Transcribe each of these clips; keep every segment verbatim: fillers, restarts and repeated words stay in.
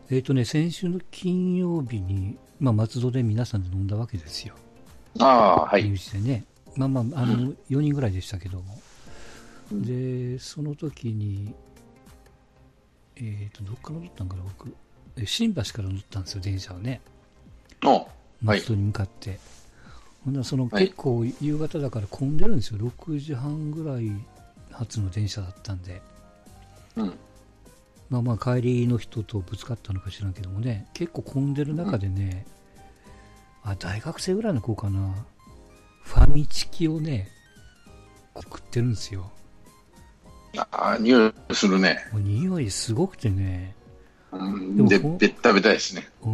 えっ、とね、先週の金曜日に、まあ、松戸で皆さんで飲んだわけですよ。 ああ、は身い。 内でね。まあまあ、あの、よにんぐらいでしたけども。 うん。 で、その時に、えっ、と、どっから乗ったんかな、僕。え新橋から乗ったんですよ、電車をね。 お、はい。 松戸に向かって。ほんならそのはい。 結構夕方だから混んでるんですよ。ろくじはんぐらい発の電車だったんで。 うん。 まあまあ帰りの人とぶつかったのか知らんけどもね、結構混んでるうん。 中でね、あ、大学生ぐらいの子かな、ファミチキをね、食ってるんですよ。 ああ、匂いするね。 もう匂いすごくてね、 うん。で、 でもほ、 べったべたですね。 うん、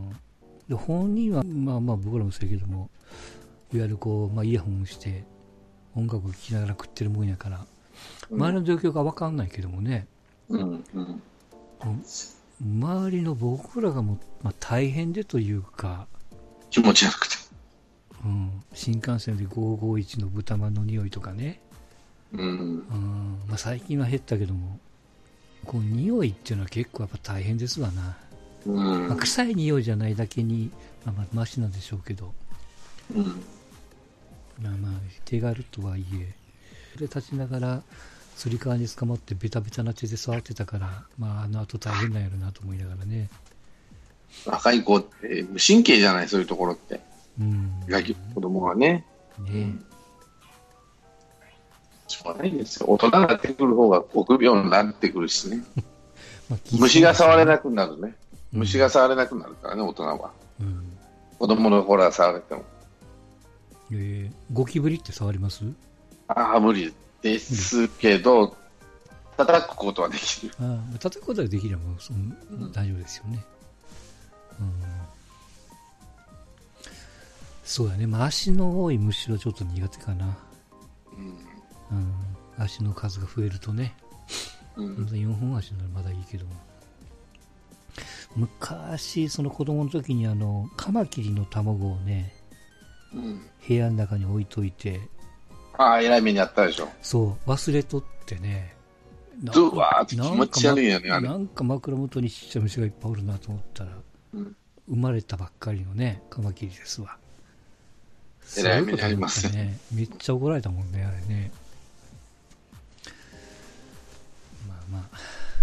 で本人はまあまあ僕らもそうやけども、いわゆるこう、まあ、イヤホンして音楽を聴きながら食ってるもんやから、 うん。 周りの状況が分かんないけどもね、 うん。うん。 もう周りの僕らがもう、まあ、大変でというか、 気持ち悪くて。 うん、新幹線でごーごーいちの豚まんの匂いとかね、 うん。 うんまあ、最近は減ったけども、こう匂いっていうのは結構やっぱ大変ですわな、 うまあ、 ん。 臭い匂いじゃないだけに、まあ、まあマシなんでしょうけど、 うん。 まあまあ手軽とはいえ、で立ちながらつり革に捕まってベタベタな手で触ってたから、まあ、あの後大変なんやろなと思いながらね。 若い子って無神経じゃない、そういうところって。 うんガキ、子供はね。うね。 ん。しょうがないですよ。大人になってくる方が臆病になってくるしね。 まあ気虫遣うんが触れなでしょうね。 くなるね。虫がうん触れなくなるからね、大人は。 うん子供の頃は触れても。 えーゴキブリって触ります？ ああ、無理で無理。 すけど、叩くことはできる。 ああ、叩くことができればもうそのうん。 大丈夫ですよね。うん、そうだね、まあ、足の多い虫はちょっと苦手かな。うん、足の数が増えるとね、 うん。 よんほん足ならまだいいけども、昔、その子供の時にあのカマキリの卵をね、 うん。 部屋の中に置いといて、 ああ、偉い目にあったでしょ。 そう忘れとってね、なずわーって気持なんか、ま、 ち悪いよね、あれ。 なんか枕元にちっちゃい虫がいっぱいおるなと思ったら、 うん。 生まれたばっかりのねカマキリですわ。す偉い目にごいことになっありますね。 たね。めっちゃ怒られたもんね、あれね。まあまあ、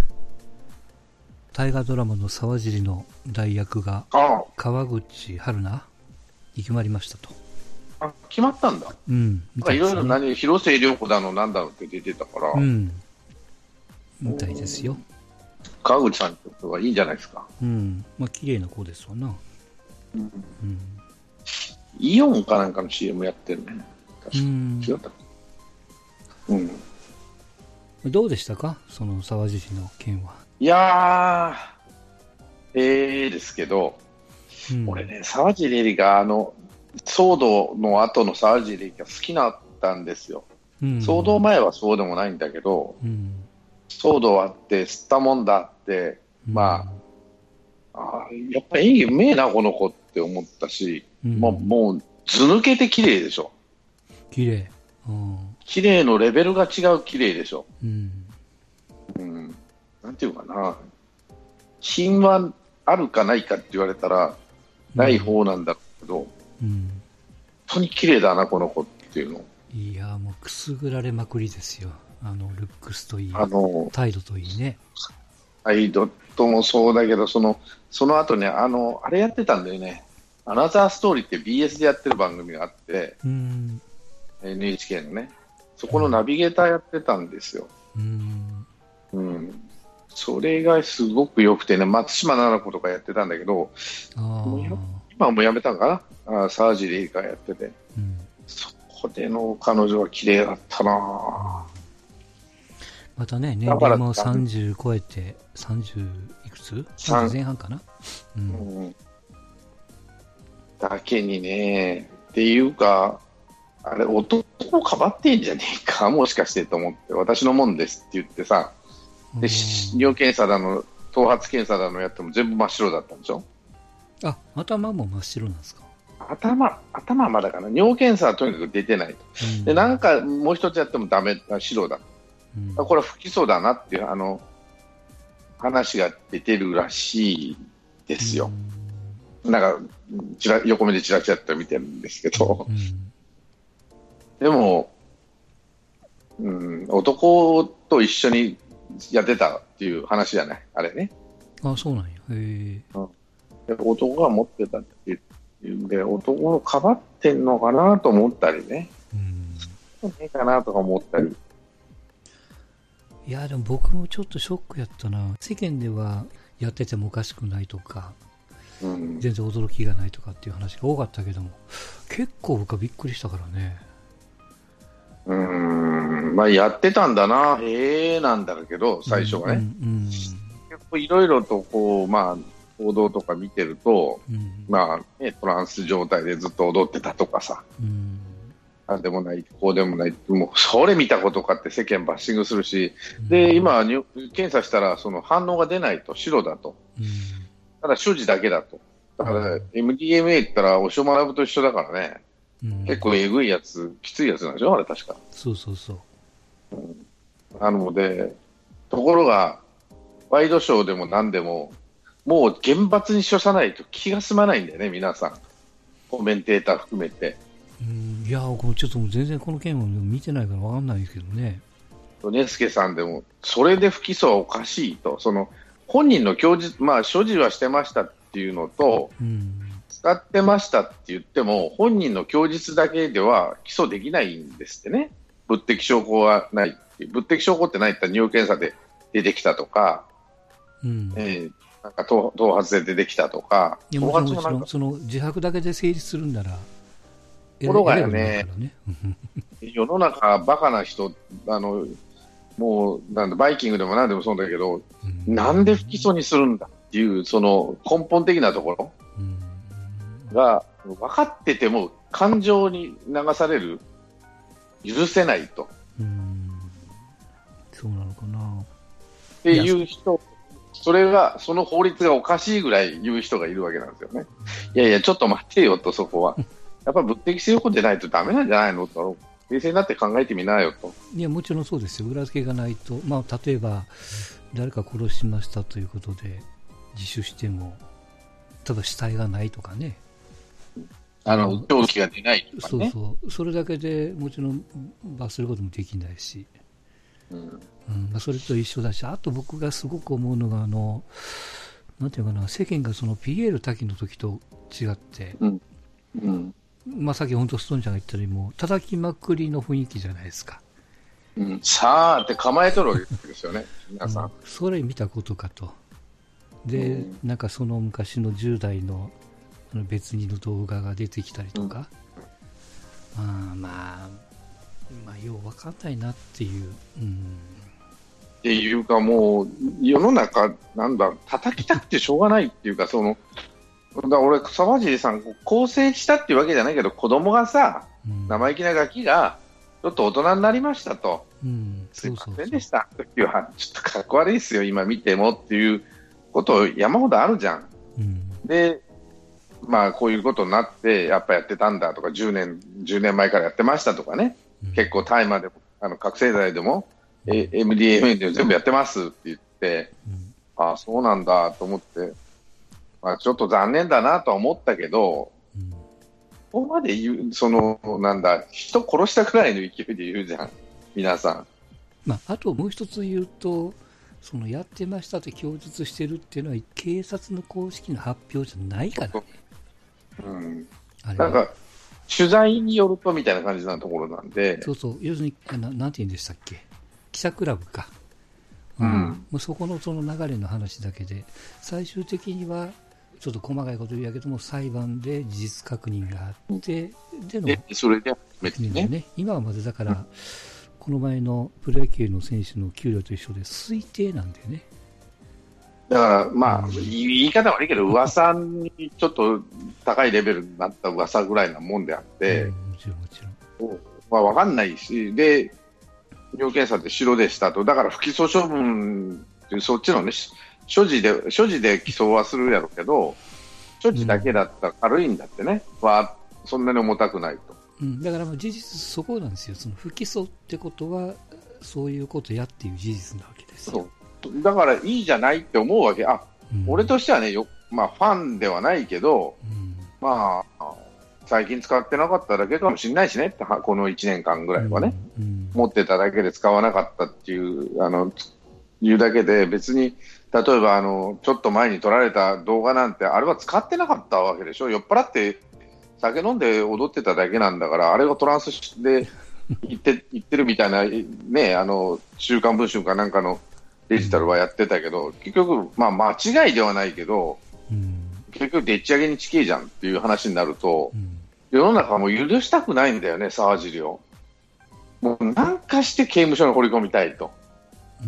大河ドラマの沢尻の代役があ川口春奈に決まりましたと。 あ、あ、決まったんだ。 うん、みなんかいろいろたいですね。 何、広末涼子だの、なんだろうって出てたから、 うん、みたいですよ。 うん、川口さんにとってはいいんじゃないですか。 うん、まあ綺麗な子ですわな。 うん、 うん。 イオンかなんかの シーエム やってるね。確か。 うん。 違った。うん。 どうでしたかその沢尻の件は。 いやー、えーですけど、 うん。 俺ね、沢尻エリが、あの、騒動の後の沢尻エリが好きだったんですよ。 う騒動ん。 前はそうでもないんだけど、 うん。 騒動あって、吸ったもんだって、 うん。 まあ、あーやっぱ演技うめえな、この子って思ったし、もう、 うん。 もう図抜けて綺麗でしょ。 綺麗。うん。 綺麗のレベルが違う綺麗でしょ。 うん。 うん。なんていうかな。品はあるかないかって言われたら、ないうん。 方なんだけど、本うん。 当に綺麗だな、この子っていうの。 いや、もうくすぐられまくりですよ。あの、ルックスといい、 あの、 態度といいね。 アイドットもそうだけど、その、その後ね、あの、あれやってたんだよね。アナザーストーリーって ビーエス でやってる番組があって、 うん。 エヌエイチケー のね。そこのはい。 ナビゲーターやってたんですよ。 うん。 うん。それがすごく良くてね、松島菜々子とかやってたんだけど、 あもうやあ。 今はもうやめたんかな、あ、サージでいいかやってて、 うん。 そこでの彼女は綺麗だったな。 またね、年だから齢もだ、 さんじゅう超えて、さんじゅういくつ ?さんじゅうさん、 前半かな。うん。 うん、だけにね、っていうか、あれ、男かばってんじゃねえか、もしかしてと思って、私のもんですって言ってさ、 うで、し尿検査だの、頭髪検査だのやっても全部真っ白だったんでしょ。 あ、頭も真っ白なんですか。 頭、頭はまだかな。尿検査はとにかく出てないと。 うで、なんん。 かもう一つやってもダメ、白だ。 うん。 これは不起訴だなっていう、あの、 話が出てるらしいですよ。なんかちら横目でチラチラっと見てるんですけど、 うん、 でも、うん、男と一緒にやってたっていう話じゃない、あれね。 あ、そうなんや。へえ。 で男が持ってたっていうんで、男をかばってんのかなと思ったりね、 うん。 そうねえかなとか思ったり。 いや、でも僕もちょっとショックやったな。世間ではやっててもおかしくないとか、 うん、 全然驚きがないとかっていう話が多かったけども、結構僕はびっくりしたからね。 うーん、まあやってたんだな、へえなんだけど、最初はね。 うんうん結構いろいろとこう、まあ、報道とか見てると、 うん、 まあね、トランス状態でずっと踊ってたとかさ、 うん、 あんでもない、こうでもない、もうそれ見たことかって世間バッシングするし、 うん、 で今、入検査したらその反応が出ないと、白だと、 うん、 ただ所持だけだと、だから、 うん、 エムディーエムエー って言ったら、おしょまなぶと一緒だからね、 うん、 結構えぐいやつ、きついやつなんでしょ、あれ、確か。 そうそうそう。 なので、ところが、ワイドショーでも何でも、もう厳罰に処さないと気が済まないんだよね、皆さん、コメンテーター含めて。 うん、いや、僕もちょっともう全然この件を見てないから分かんないですけどね。 ネスケさんでも、それで不起訴はおかしいと、その本人の供述、まあ、所持はしてましたっていうのと、 うん、 使ってましたって言っても、本人の供述だけでは起訴できないんですってね、物的証拠はないっていう、物的証拠ってないって言ったら尿検査で出てきたとか、 うん。 えーなんか頭頭髪で出てきたとか、 いや、も頭ちろん、もちろん、 髪もなんか、 その自白だけで成立するんなら、えところがらえらいことになるね、 からね。 世の中、バカな人、あのもうなんだバイキングでも何でもそうだけど、 うん、 なんで不起訴にするんだっていう、その根本的なところうん、 が分かってても感情に流される、許せないとうん、そうなのかな。 っていや、 いう人、それがその法律がおかしいぐらい言う人がいるわけなんですよね。いやいや、ちょっと待ってよと、そこは。やっぱり物的証拠でないとダメなんじゃないのと、冷静になって考えてみなよと。 いや、もちろんそうですよ。裏付けがないと、まあ、例えば、誰か殺しましたということで自首しても、ただ死体がないとかね。 あの凶器が出ないとかね。 そうそう。それだけでもちろん罰することもできないし。 うんうんまあ、それと一緒だし、あと僕がすごく思うのが、あの、なんていうかな、世間がそのピエール滝の時と違って、 うんうんまあ、さっき本当ストーンちゃんが言ったように、もう叩きまくりの雰囲気じゃないですか。 うん、さあって構えとるわけですよね、皆さん。 うん、それ見たことかと。で、 うん、 なんかその昔のじゅう代のあの別にの動画が出てきたりとか、うん、あまあ、まあ、ようわかんないなっていう。うん、 っていうか、もう世の中、なんだ、叩きたくてしょうがないっていうか、そのだから俺、沢尻さん、更生したっていうわけじゃないけど、子供がさ、 うん、 生意気なガキが、ちょっと大人になりましたと、 うん、 すいまそうそうそう。 せんでしたっていうは、ちょっとかっこ悪いですよ、今見てもっていうこと山ほどあるじゃん。 うん、 で、まあ、こういうことになって、やっぱやってたんだとか、じゅうねん、じゅうねんまえからやってましたとかね、 うん、 結構大麻でも、あの覚醒剤でも、 うん、 え エムディーエムエー でも全部やってますって言って、 うん、 ああ、そうなんだと思って、まあ、ちょっと残念だなとは思ったけど、 うん、 ここまで言う、その、なんだ、人殺したくらいの勢いで言うじゃん、皆さん。 まあ、あともう一つ言うと、そのやってましたって供述してるっていうのは、警察の公式の発表じゃないからね。 うん、 あれは。 なんか、取材によるとみたいな感じなところなんで、 そうそう、要するに、あななんて言うんでしたっけ、記者クラブか。 うん、 もうそこのその流れの話だけで、最終的には、ちょっと細かいこと言うやけども、裁判で事実確認があって、での、 でそれで初めてね、 ね、今はまずだから、この前のプロ野球の選手の給料と一緒で推定なんだよね。 だから、まあ、 うん、 言い方悪いけど、噂にちょっと高いレベルになった噂ぐらいなもんであって、 うん、もちろんもちろん。 まあ、わかんないし、で、尿検査で白でしたと、だから不起訴処分っていう、そっちのね、所持で、所持で起訴はするやろうけど、所持だけだったら軽いんだってね、は、そんなに重たくないと。 うん、だからまあ事実そこなんですよ。その不起訴ってことは、そういうことやっていう事実なわけですよ。 だからいいじゃないって思うわけ。あ、 うん、 俺としてはね、よ、まあファンではないけど、 うん、 まあ、最近使ってなかっただけかもしれないしねって、このいちねんかんぐらいはね、 うん、 持ってただけで使わなかったっていう、あの、いうだけで、別に、例えばあの、ちょっと前に撮られた動画なんて、あれは使ってなかったわけでしょ。酔っ払って酒飲んで踊ってただけなんだから、あれをトランスで言って言ってるみたいな、ね、あの、週刊文春かなんかのデジタルはやってたけど、結局、まあ間違いではないけど、 うん、 結局でっち上げに近いじゃんっていう話になると、 うん、 世の中も許したくないんだよね、沢尻を。もうなんかして刑務所に放り込みたいと。 うん、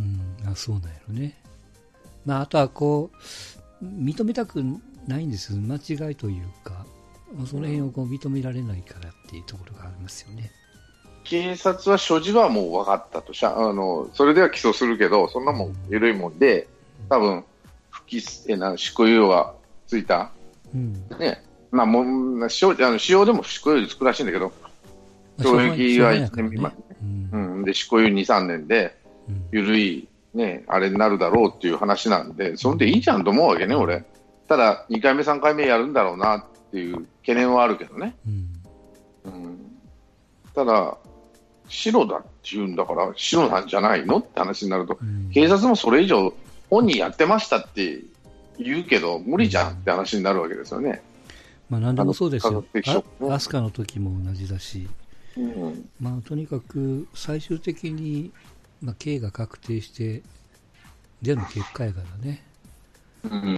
あ、そうなんやろね。まあ、あとはこう、認めたくないんです。間違いというか、その辺をこう認められないからっていうところがありますよね。 警察は所持はもう分かったとしゃ、あの、それでは起訴するけど、そんなもん緩いもんで、多分、不起訴、えな、執行猶予がついた。 うん、 ね。まあ、もう、使用、あの、使用でも執行猶予つくらしいんだけど、懲役はいちねん未満、うん、うん。で、執行猶予に、さんねんで、緩い、ね、あれになるだろうっていう話なんで、それでいいじゃんと思うわけね、俺。ただ、にかいめ、さんかいめやるんだろうなっていう懸念はあるけどね。うん、うん、ただ、白だって言うんだから、白なんじゃないのって話になると、うん、警察もそれ以上、本人やってましたって言うけど、無理じゃんって話になるわけですよね。 まあ、何でもそうですよ。アスカの時も同じだし、うん、まあ、とにかく最終的に、まあ、刑が確定してでの結果やからね、うんうん、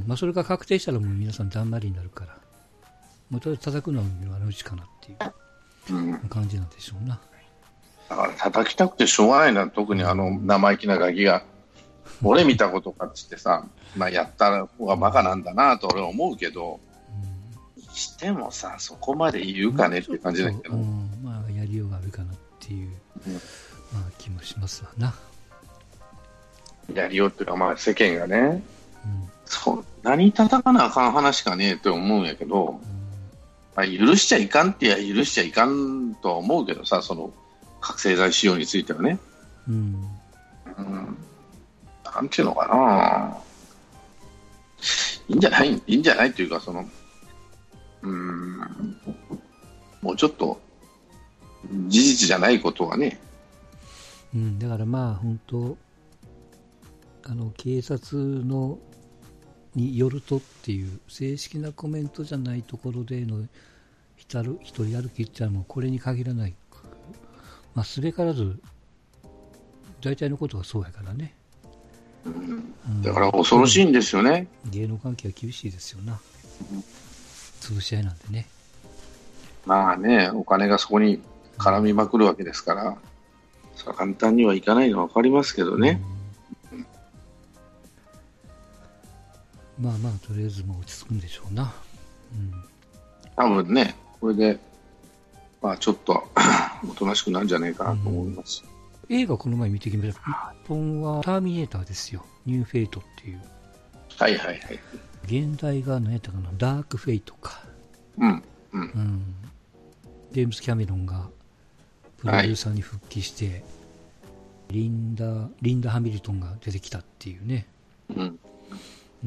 まあ、それが確定したらもう皆さんだんまりになるから、もうとりあえず叩くのはあのうちかなっていう感じなんでしょうな。 だから叩きたくてしょうがないな、特にあの生意気なガキが俺見たことかっつってさ、まあ、やった方がバカなんだなと俺は思うけど、うん、してもさ、そこまで言うかねって感じだけど、うん、 まあ、やりようがあるかなっていう、うん、まあ、気もしますわな。 やりようっていうか、まあ、世間がね、うん、そんなに叩かなあかん話かねって思うんやけど、うん、まあ、許しちゃいかんって言えば許しちゃいかんとは思うけどさ、その覚醒剤使用についてはね、うんうん、なんていうのかな、いいんじゃないいいんじゃないというか、そのうーん、もうちょっと事実じゃないことはね、 うん、だからまあ本当あの警察のによるとっていう正式なコメントじゃないところでの一人歩きってのはもうこれに限らない、まあ、すべからず大体のことがそうやからね、 うんうん、だから恐ろしいんですよね、 うん、芸能関係は厳しいですよな、うん、潰し合いなんでね、 まあね、お金がそこに絡みまくるわけですから、それは簡単にはいかないのは分かりますけどね、うんうん、まあまあとりあえずもう落ち着くんでしょうな、うん、 多分ね、これでまあちょっとおとなしくなるんじゃないかなと思います、 うん、映画この前見てきました。日本はターミネーターですよ、ニューフェイトっていう。 はいはいはい。 現代が何やったかな、ダークフェイトか。 うん。うん。 うん、ジェームス・キャメロンがプロデューサーに復帰して、はい、リンダ、リンダ・ハミルトンが出てきたっていうね。うん。うん、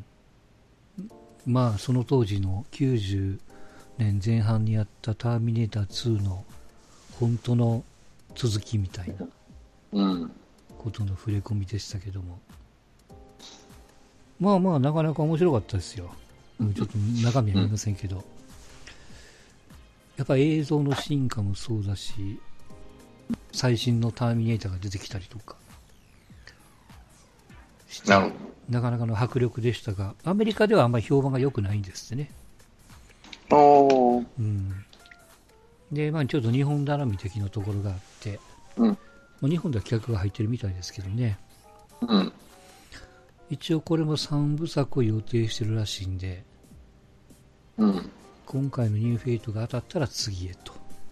まあその当時のきゅうじゅうねんぜん半にやったターミネーターツーの本当の続きみたいなことの触れ込みでしたけども、まあまあなかなか面白かったですよ。ちょっと中身は見ませんけど、うん、やっぱ映像の進化もそうだし、最新のターミネーターが出てきたりとかして、なかなかの迫力でしたが、アメリカではあんまり評判が良くないんですってね。 おー、 うん、で、まあ、ちょっと日本絡み的なところがあって、 うん、 まあ、日本では企画が入ってるみたいですけどね、 うん、 一応これもさんぶさくを予定してるらしいんで、 うん、 今回のニューフェイトが当たったら次へと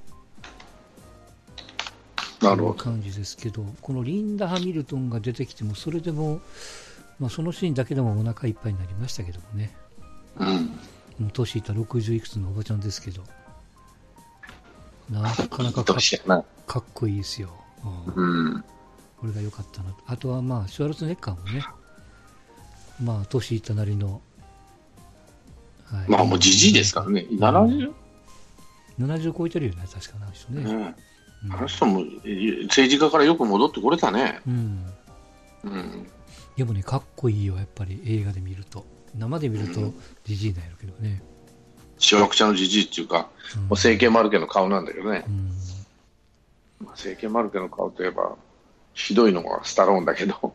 なるほどいう感じですけど、このリンダ・ハミルトンが出てきてもそれでも、まあ、そのシーンだけでもお腹いっぱいになりましたけどもね、 うん、もう年いったろくじゅういくつのおばちゃんですけど、なかなか か, かっこいいですよ、 うん、 これが良かったなと。あとはまあシュワルツェネッカーもね、まあ年いったなりの、 はい、まあもうじじいですからね。ななじゅう？ ななじゅう超えてるよね、確かな人ね。 ね、うん、あの人も政治家からよく戻ってこれたね。 うんうん、でもね、かっこいいよ、やっぱり映画で見ると。生で見るとじじいなんやけどね。 しわくちゃのじじいっていうか、うん、もう清家マルケの顔なんだけどね。うんまあ、清家マルケの顔といえば、ひどいのがスタローンだけど。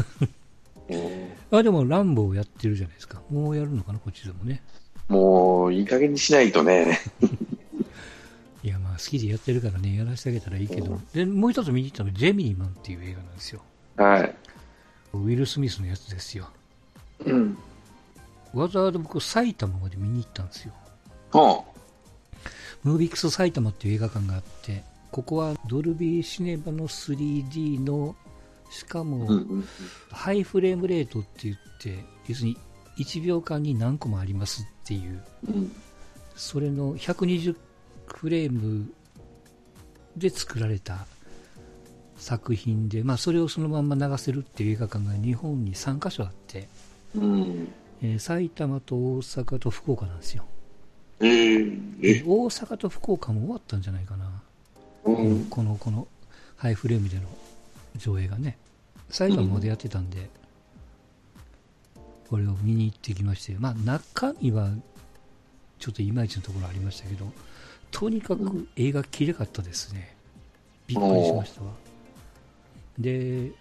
あでも、ランボーやってるじゃないですか。もうやるのかな、こっちでもね。 もう、いい加減にしないとね。 いや、まあ、好きでやってるからね、やらせてあげたらいいけど。うん、で、もう一つ見に行ったのが、ジェミニマンっていう映画なんですよ。 はい。 ウィル・スミスのやつですよ。 うん。 わざわざ僕、埼玉まで見に行ったんですよ。 はあ、 ムービックス埼玉っていう映画館があって、ここはドルビーシネマの スリーディー の、しかも、うんうんうん、ハイフレームレートって言って、要するにいちびょうかんに何個もありますっていう、うん、それのひゃくにじゅうフレームで作られた作品で、まあ、それをそのまま流せるっていう映画館が日本にさんかしょあって、うんえー、埼玉と大阪と福岡なんですよ。 えー、え大阪と福岡も終わったんじゃないかな、うん、このこのハイフレームでの上映がね。埼玉までやってたんで、うん、これを見に行ってきまして、まあ中身はちょっといまいちのところありましたけど、とにかく映画きれかったですね。びっくりしましたわ。で、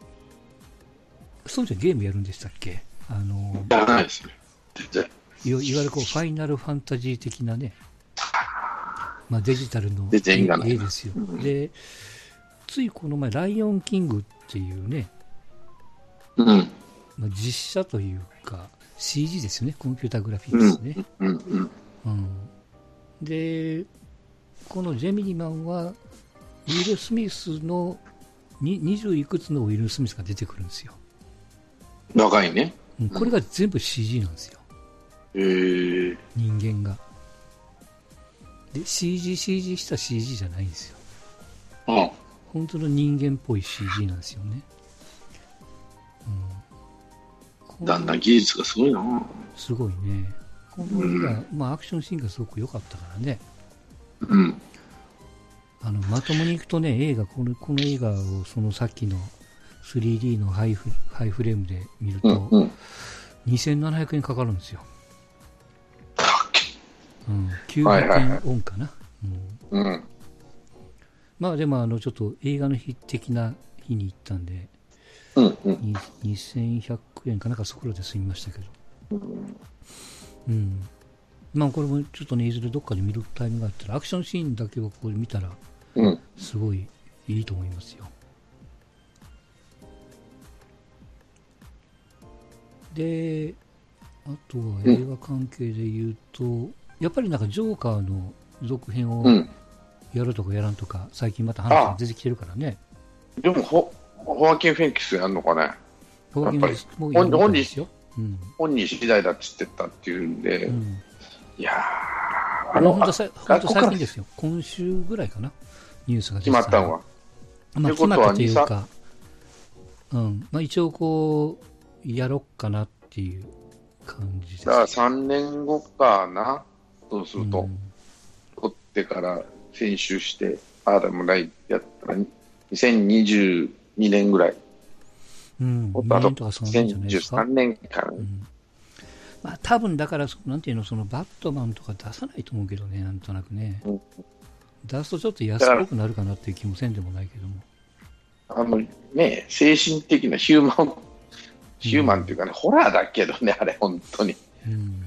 そうじゃゲームやるんでしたっけ？あのやらないですね。 いわゆるこうファイナルファンタジー的なね、まあ、デジタルの絵ですよ。うん、で、ついこの前、ライオンキングっていうね、 うんまあ、実写というか シージー ですよね、コンピュータグラフィックスね。 うんうんうん、で、このジェミニマンはウィル・スミスのにじゅういくつのウィル・スミスが出てくるんですよ。 若いね。 うん、これが全部 シージー なんですよ。 へー、 人間が。で シージー、シージー した シージー じゃないんですよ。 ああ、 本当の人間っぽい シージー なんですよね。 うん、だんだん技術がすごいな。 すごいね。この映画、うんまあ、アクションシーンがすごく良かったからね。 うん、 あのまともにいくとね、映画この、この映画をそのさっきの スリーディー のハイフ、ハイフレームで見ると、うんうん、にせんななひゃくえんかかるんですよ。うん、きゅうひゃくえんオンかな。 うんうん、 まあでもあのちょっと映画の日的な日に行ったんで、 うんうん、 にせんひゃくえんかなんかそこらで済みましたけど、うんうん、まあこれもちょっとねいずれどっかで見るタイミングがあったらアクションシーンだけをここで見たらすごいいいと思いますよ。であとは映画関係で言うと、うん、やっぱりなんかジョーカーの続編をやるとかやらんとか、最近また話が出てきてるからね。 でもホ、ホアキン・フェニックスやるのかね。 ホアキン・フェニックスもやるのかですよ。本人次第だって言ってたっていうんで、うん、いやー、あの、 本当最近ですよ。今週ぐらいかな、ニュースが出て決まったのは。 まあ、決まったというか、うんまあ、一応こう、やろっかなっていう感じです。 だからさんねんごかな、そうすると、うん、撮ってから編集して、ああでもないやったら、にせんにじゅうにねんぐらい。 うん、にねんとかそんなんじゃないですか。 にせんじゅうさんねんから、ねうんまあ、多分だから、なんていうの、そのバットマンとか出さないと思うけどね、なんとなくね。うん、出すとちょっと安っぽくなるかなっていう気もせんでもないけども。 あのね、精神的なヒューマン、ヒューマンっていうかね、うん、ホラーだけどね、あれ、本当に。うん、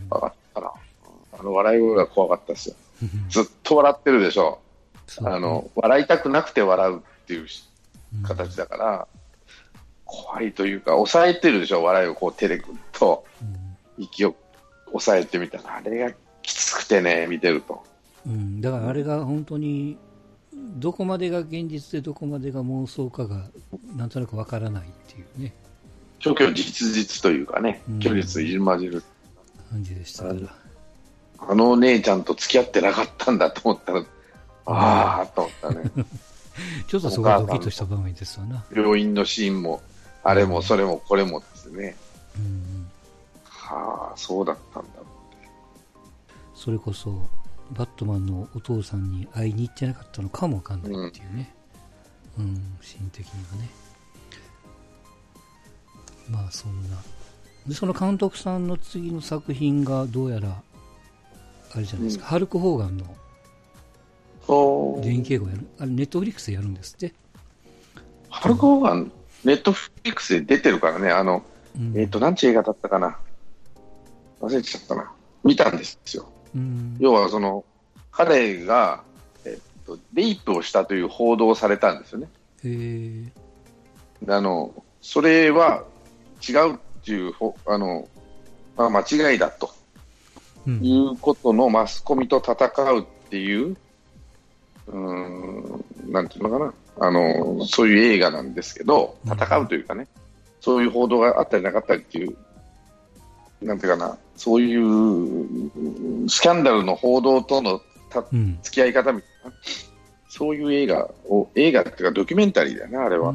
分かったな。あの笑い声が怖かったですよ。ずっと笑ってるでしょ。ね、あの笑いたくなくて笑うっていう形だから、うん、怖いというか、抑えてるでしょ、笑いをこう手でぐっと、うん、息を抑えてみたら、あれがきつくてね、見てると。 うん、だからあれが本当に、どこまでが現実でどこまでが妄想かがなんとなくわからないっていうね。 虚虚実実というかね、虚実入り混じる感じでしたから。 あの姉ちゃんと付き合ってなかったんだと思ったら、ああと思ったね。 ちょっとそこはドキッとした場面ですわな。 病院のシーンも、あれもそれもこれもですね。 うん、 はあ、そうだったんだ。 それこそ、バットマンのお父さんに会いに行ってなかったのかもわかんないっていうね。うん、うん、シーン的にはね。まあそんな。で、その監督さんの次の作品がどうやら、あれじゃないですか、うん、ハルク・ホーガンの電気映画をやる。あれ、ネットフリックスでやるんですって。 ハルク・ホーガン、ネットフリックスで出てるからね、あの、うん、えっと、何ちゅう映画だったかな。忘れちゃったな。見たんですよ。うん、要は、その、彼が、えっと、レイプをしたという報道をされたんですよね。 へー。 あの、それは違うっていう、あの、まあ、間違いだと、うん、いうことのマスコミと戦うっていう、うーん、なんていうのかな。あの、そういう映画なんですけど、戦うというかね、うん、そういう報道があったりなかったりっていう、なんていうかな、そういうスキャンダルの報道とのた、うん、付き合い方みたいな、そういう映画を、映画っていうかドキュメンタリーだよね、あれは。うん、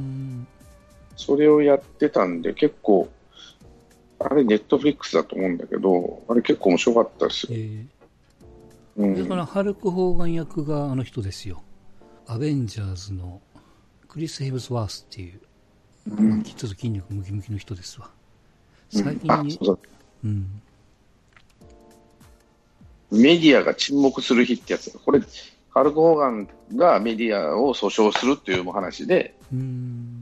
それをやってたんで、結構、あれネットフリックスだと思うんだけど、あれ結構面白かったですよ。えーうん、だからハルク・ホーガン役があの人ですよ。アベンジャーズのクリス・ヘブスワースっていう、うん、ちょっと筋肉ムキムキの人ですわ。最近に、うん、 メディアが沈黙する日ってやつ。これ、ハルク・ホーガンがメディアを訴訟するっていう話で、うん、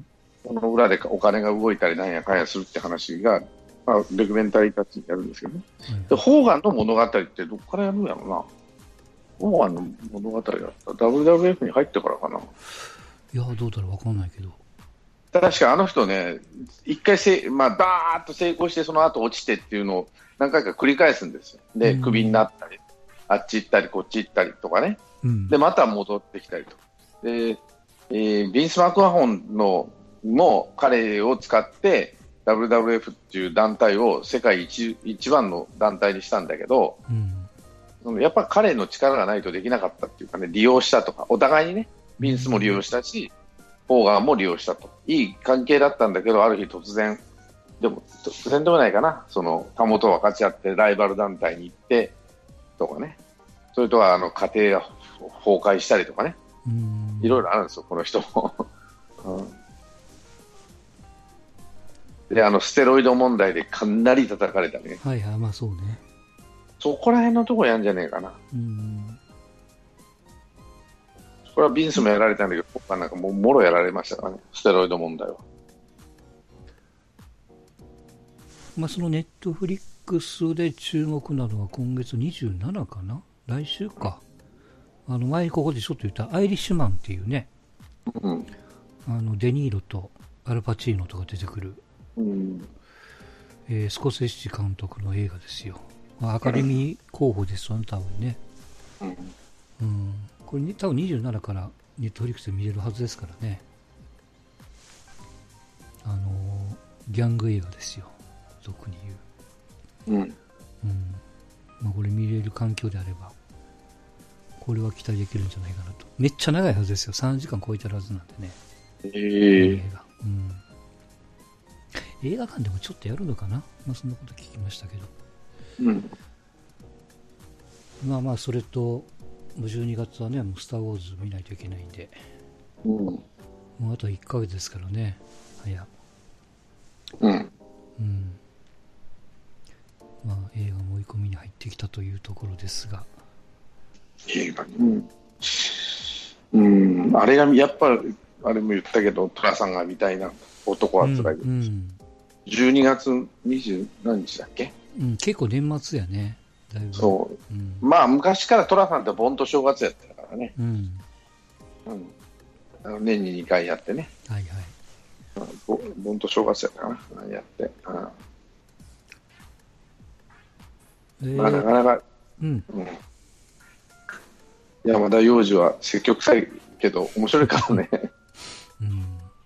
この裏でお金が動いたりなんやかんやするって話が、まあ、ドキュメンタリーたちにやるんですけどね。はい、でホーガンの物語ってどこからやるんやろうな。ホーガンの物語が ダブリューダブリューエフ に入ってからかな。 いや、どうだろう、わかんないけど。 確かあの人ね、一回せ、まあ、バーッと成功して、その後落ちてっていうのを何回か繰り返すんですよ。で、クビになったり、あっち行ったり、こっち行ったりとかね。うん、で、また戻ってきたりと。で、えー、ビンス・マクマホンのも彼を使って、ダブリューダブリューエフ っていう団体を世界 一, 一番の団体にしたんだけど、うん、やっぱ彼の力がないとできなかったっていうかね、利用したとか、お互いにね、ビンスも利用したし、ホーガンも利用したと。いい関係だったんだけど、ある日突然、でも突然でもないかな、その、たもとを分かち合ってライバル団体に行って、とかね、それとはあの家庭が崩壊したりとかね、いろいろあるんですよ、この人も。うんで、あのステロイド問題でかなり叩かれたね。 はいはい、まあそうね。 そこら辺のところやんじゃねえかな。うん。これはビンスもやられたんだけど、僕はなんかもうもろやられましたからね、ステロイド問題は。 まあそのネットフリックスで注目なのは今月にじゅうしちかな、来週か。あの前にここでちょっと言ったアイリッシュマンっていうね、うん、あのデニーロとアルパチーノとか出てくる。うんえー、スコセッシ監督の映画ですよ。まあ、アカデミー候補ですよね、多分ね。うんうん、これ多分にじゅうしちからネットフリックスで見れるはずですからね。あのー、ギャング映画ですよ、俗に言う。うんうんまあ、これ見れる環境であれば、これは期待できるんじゃないかなと。めっちゃ長いはずですよ、さんじかん超えてるはずなんでね。えー、映画。うん映画館でもちょっとやるのかな、まあ、そんなこと聞きましたけど、うん、まあまあそれとじゅうにがつはねもうスターウォーズ見ないといけないんで、うん、もうあといっかげつですからね、早うん、うん、まあ映画も追い込みに入ってきたというところですが、 映画に、うん、うん、あれがやっぱりあれも言ったけど寅さんが見たいな、男はつらい、うんうんじゅうにがつにじゅう何日だっけ、 うん、結構年末やね、だいぶ。 そう、うん、まあ昔から寅さんって盆と正月やったからね、うんうん、あの年ににかいやってね、はいはい、盆と正月やったかな、やって、うんえー、まあなかなか、うんうん、山田洋次は積極臭いけど面白いからね、うん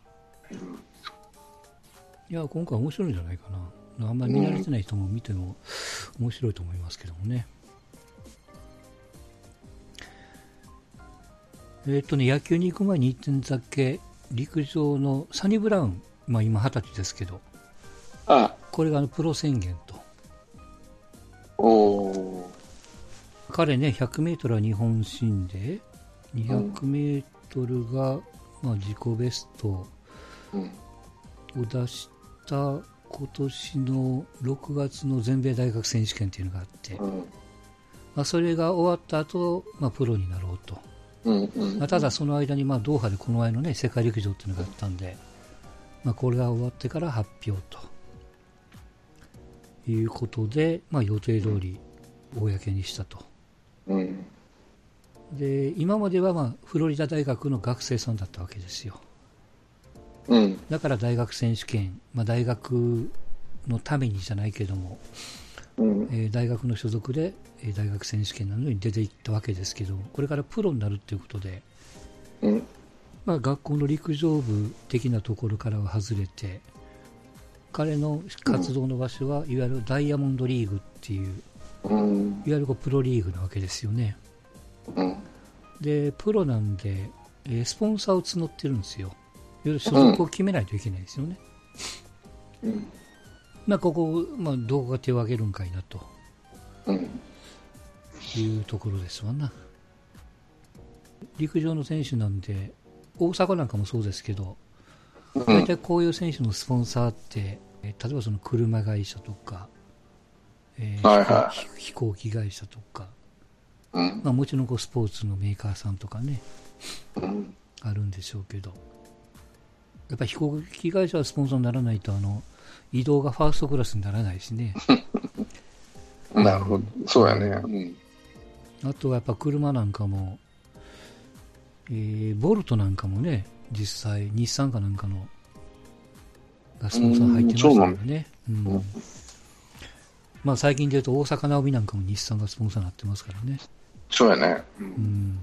いや今回面白いんじゃないかな。あんまり見慣れてない人も見ても面白いと思いますけどもね、 えっとね、野球に行く前にいってんだけ、陸上のサニブラウン、まあ、今はたちですけど、 あこれがあのプロ宣言と。 お彼ね、ひゃくメートルは日本新で、にひゃくメートルが、まあ、自己ベストを出した今年のろくがつの全米大学選手権というのがあって、 うんまあ、それが終わった後、まあプロになろうと。 うんうんまあ、ただその間にまあドーハでこの前の、ね、世界陸上というのがあったんで、まあ、これが終わってから発表ということで、まあ、予定通り公にしたと。 うん、 で今まではまあフロリダ大学の学生さんだったわけですよ。 うん、 だから大学選手権、まあ、大学のためにじゃないけども、 うんえー、大学の所属で、えー、大学選手権などに出ていったわけですけど、これからプロになるということで、 うんまあ、学校の陸上部的なところからは外れて、彼の活動の場所はいわゆるダイヤモンドリーグっていう、 うん、 いわゆるこうプロリーグなわけですよね。 うん、 でプロなんで、えー、スポンサーを募ってるんですよ。いわゆる所属を決めないといけないですよね。 うんまあ、ここ、まあ、どこが手を挙げるんかいなと、 うん、 いうところですわな。陸上の選手なんで、大阪なんかもそうですけど、大体こういう選手のスポンサーって、えー例えばその車会社とか、えーはいは飛行飛行機会社とか、 うんまあ、もちろんこうスポーツのメーカーさんとかね、 うんあるんでしょうけど、やっぱり飛行機会社はスポンサーにならないと、あの移動がファーストクラスにならないしね。 なるほど、そうやね。うん、 あとはやっぱ車なんかも、えーボルトなんかもね、実際日産かなんかのがスポンサー入ってましたよね。うんうんまあ、最近でいうと大阪なおみなんかも日産がスポンサーになってますからね。 そうやね。ううんん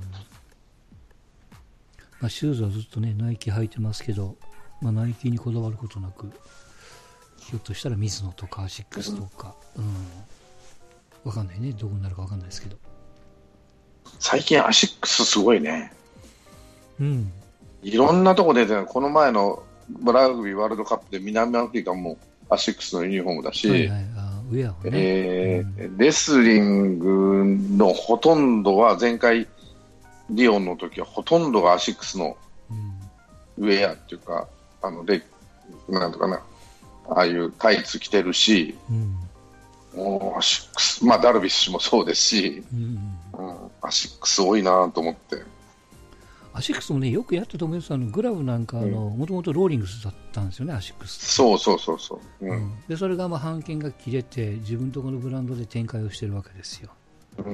まあ、シューズはずっとねナイキ履いてますけど、まあ、ナイキにこだわることなく、ひょっとしたらミズノとかアシックスとか、うんわかんないね、どこになるかわかんないですけど、 最近アシックスすごいね。 うんいろんなとこ出てる。この前のラグビーワールドカップで南アフリカもアシックスのユニフォームだし、 はいはい、あウェアをね、 えうんーレスリングのほとんどは前回リオンの時はほとんどがアシックスのうんウェアっていうか、あのでなんとかな、ああいうタイツ着てるし、 うんもうアシックス、まあダルビッシュもそうですし、 うんうん、アシックス多いなと思って。 アシックスもねよくやったと思います。あのグラブなんかもともとローリングスだったんですよね、アシックスって。 そうそうそうそう、うんうんでそれがまあ版権が切れて自分とこのブランドで展開をしてるわけですよ。 うん、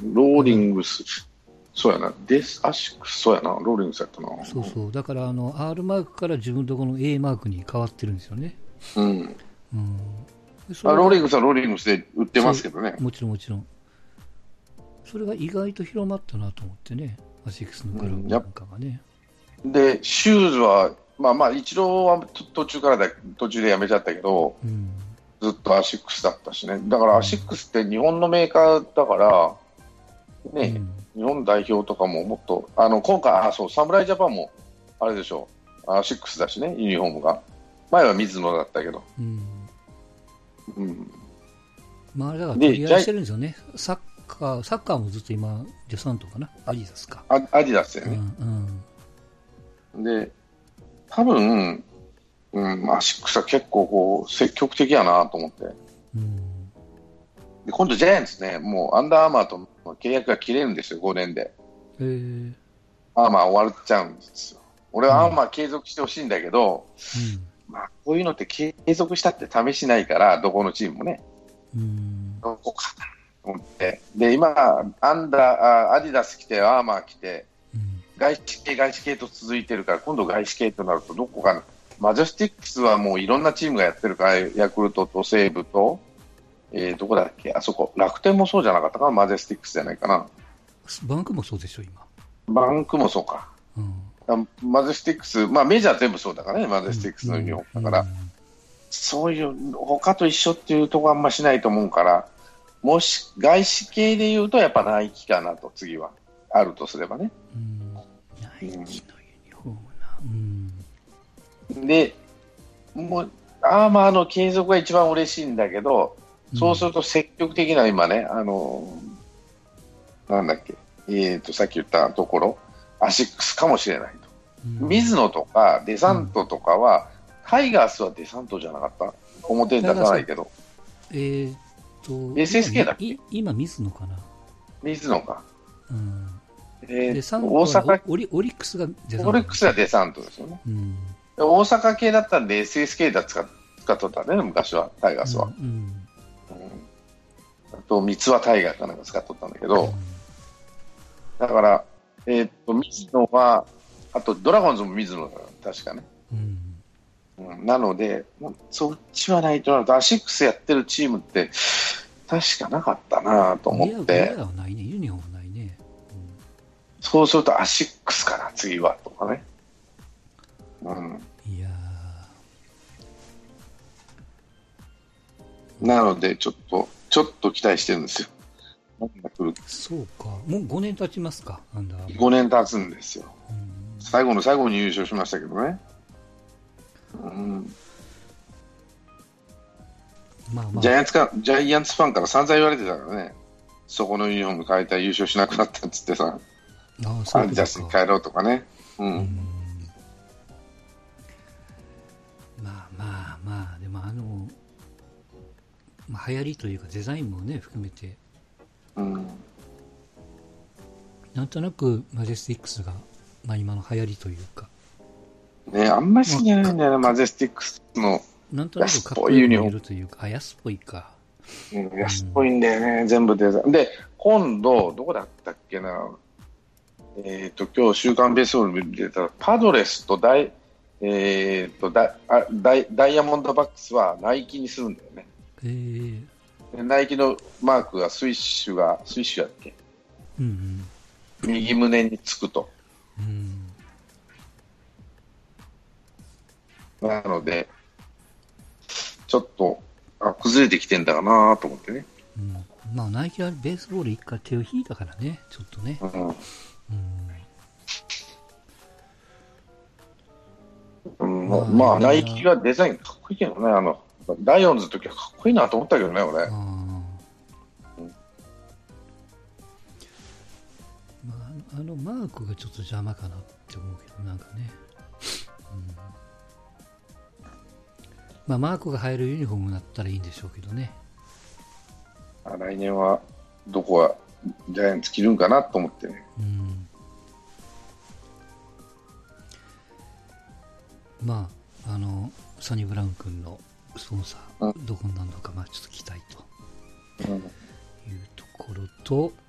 ローリングス、そうやな、デスアシックス、そうやな、ローリングスやったな。 そうそう、だからあの R マークから自分とこの A マークに変わってるんですよね。 うん、 うん、でそれはあローリングスはローリングスで売ってますけどね。 もちろんもちろん。それが意外と広まったなと思ってね、アシックスのグラブなんかがね。 で、シューズは、まあまあ、イチローはと途中からだ、途中でやめちゃったけど、 うんずっとアシックスだったしね。だからアシックスって日本のメーカーだから、ね、 うん日本代表とかももっと、あの、今回、あ、そう、侍ジャパンも、あれでしょう、アシックスだしね、ユニフォームが。前はミズノだったけど。 うんうん。 まあ、あれだから取り合いしてるんですよね。サッカー、サッカーもずっと今、デサントかな、アディダスか。 アアディダスだうんよね。 うんで、多分、うん、アシックスは結構こう積極的やなと思って。 うんで今度ジャイアンツね、もうアンダーアーマーとの契約が切れるんですよ、ごねんで。 えーアーマー終わっちゃうんですよ。俺はアーマー継続してほしいんだけど、 うんまあ、こういうのって継続したって試しないから、どこのチームもね、 うんどこかなと思って。で、今、アンダー、あアディダス来て、アーマー来て、 うん外資系、外資系と続いてるから、今度外資系となると、どこかな、マジェスティックスはもういろんなチームがやってるから、ヤクルトと西武と、えー、どこだっけ、あそこ、楽天もそうじゃなかったかな、マジェスティックスじゃないかな。 バンクもそうでしょ、今。 バンクもそうか。 うんあマジェスティックス、まあメジャー全部そうだからね、マジェスティックスのユニフォームだから、 うんそういう、他と一緒っていうところはあんましないと思うから、もし外資系で言うと、やっぱナイキかなと、次は。あるとすればね。 うんナイキのユニフォームな。うん。 で、もう、アーマーの継続が一番嬉しいんだけど、そうすると積極的な今ね、あの、なんだっけ、えーと、さっき言ったところ、アシックスかもしれないと。うん、水野とかデサントとかは、うん、タイガースはデサントじゃなかった？表に出さないけど。 えーと、 エスエスケー だっけ？ 今、水野かな。 水野か。 うん。 えー、 デサントは大阪オリ、オリックスがデサント。 オリックスがデサントですよね。 うん、 大阪系だったんで エスエスケー だ使っ使っとったね、昔は、タイガースは。うんうん、あと、三つはタイガーかなんか使っとったんだけど、うん、だから、えー、っと、水野は、あとドラゴンズも水野だよ、確かね。うんうん、なので、そっちはないとなると、アシックスやってるチームって、確かなかったなと思って。 いや、はないね、ユニフォームないね。 うん、そうすると、アシックスかな、次は、とかね。うん、 いやなので、ちょっと、ちょっと期待してるんですよ。 そうか、もうごねん経ちますか、アンダー。 ごねん経つんですよ。うん、最後の最後に優勝しましたけどね。うん、 まあまあ、 ジャイアンツか、ジャイアンツファンから散々言われてたからね、そこのユニフォーム変えたら優勝しなくなったっつってさ、 ああ、そうアンジャスに変えろとかね。うん。うん、 まあまあまあ、でもあの、まあ、流行りというかデザインもね、含めて、 うん、 なんとなくマジェスティックスが、まあ、今の流行りというか。 ね、あんまり好きじゃないんだよね、まあ、マジェスティックスの。 なんとなくかっこよく見えるというか、あ、安っぽいか。 うん、安っぽいんだよね、うん、全部デザイン。で、今度、どこだったっけな、えっ、ー、と、今日、週刊ベースボールに出た、パドレスとダイ、えっ、ー、とダあダイ、ダイヤモンドバックスはナイキにするんだよね。 へー。 ナイキのマークがスイッシュが、スイッシュやっけ、 うんうん、右胸につくと。うん、なので、ちょっとあ崩れてきてんだかなと思ってね。 うん、まあ、ナイキはベースボール一回手を引いたからね、ちょっとね。うんうんまあ、まあ、ナイキはデザインかっこいいけどね、あのライオンズの時はかっこいいなと思ったけどね、俺。あ、うん、 まあ、あのマークがちょっと邪魔かなって思うけど、なんかね。うんまあ、マークが入るユニフォームだったらいいんでしょうけどね。 来年はどこはジャイアンツ着るんかなと思ってね。 うん、まあ、あのサニブラウン君のスポンサー、うん、どこになるのか、まあ、ちょっと期待というところと、